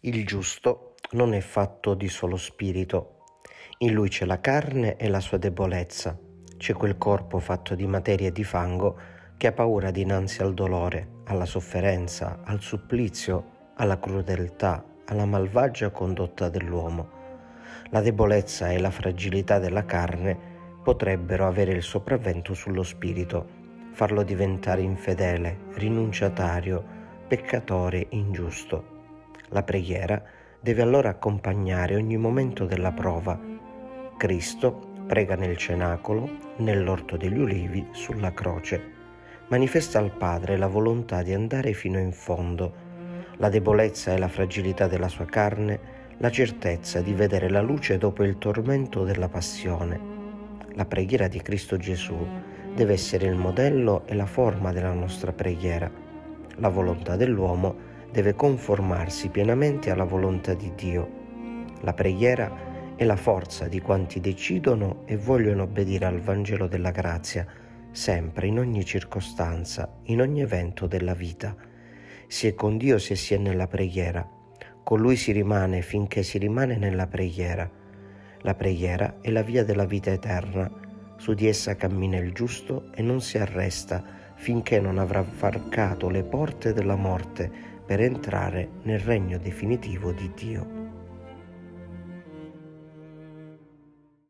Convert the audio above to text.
Il giusto non è fatto di solo spirito. In lui c'è la carne e la sua debolezza. C'è quel corpo fatto di materia e di fango che ha paura dinanzi al dolore, alla sofferenza, al supplizio, alla crudeltà, alla malvagia condotta dell'uomo. La debolezza e la fragilità della carne potrebbero avere il sopravvento sullo spirito, farlo diventare infedele, rinunciatario, peccatore, ingiusto. La preghiera deve allora accompagnare ogni momento della prova. Cristo prega nel cenacolo, nell'orto degli ulivi, sulla croce. Manifesta al Padre la volontà di andare fino in fondo, la debolezza e la fragilità della sua carne, la certezza di vedere la luce dopo il tormento della passione. La preghiera di Cristo Gesù deve essere il modello e la forma della nostra preghiera. La volontà dell'uomo deve conformarsi pienamente alla volontà di Dio. La preghiera è la forza di quanti decidono e vogliono obbedire al Vangelo della grazia, sempre, in ogni circostanza, in ogni evento della vita. Si è con Dio se si è nella preghiera. Con Lui si rimane finché si rimane nella preghiera. La preghiera è la via della vita eterna. Su di essa cammina il giusto e non si arresta finché non avrà varcato le porte della morte per entrare nel regno definitivo di Dio.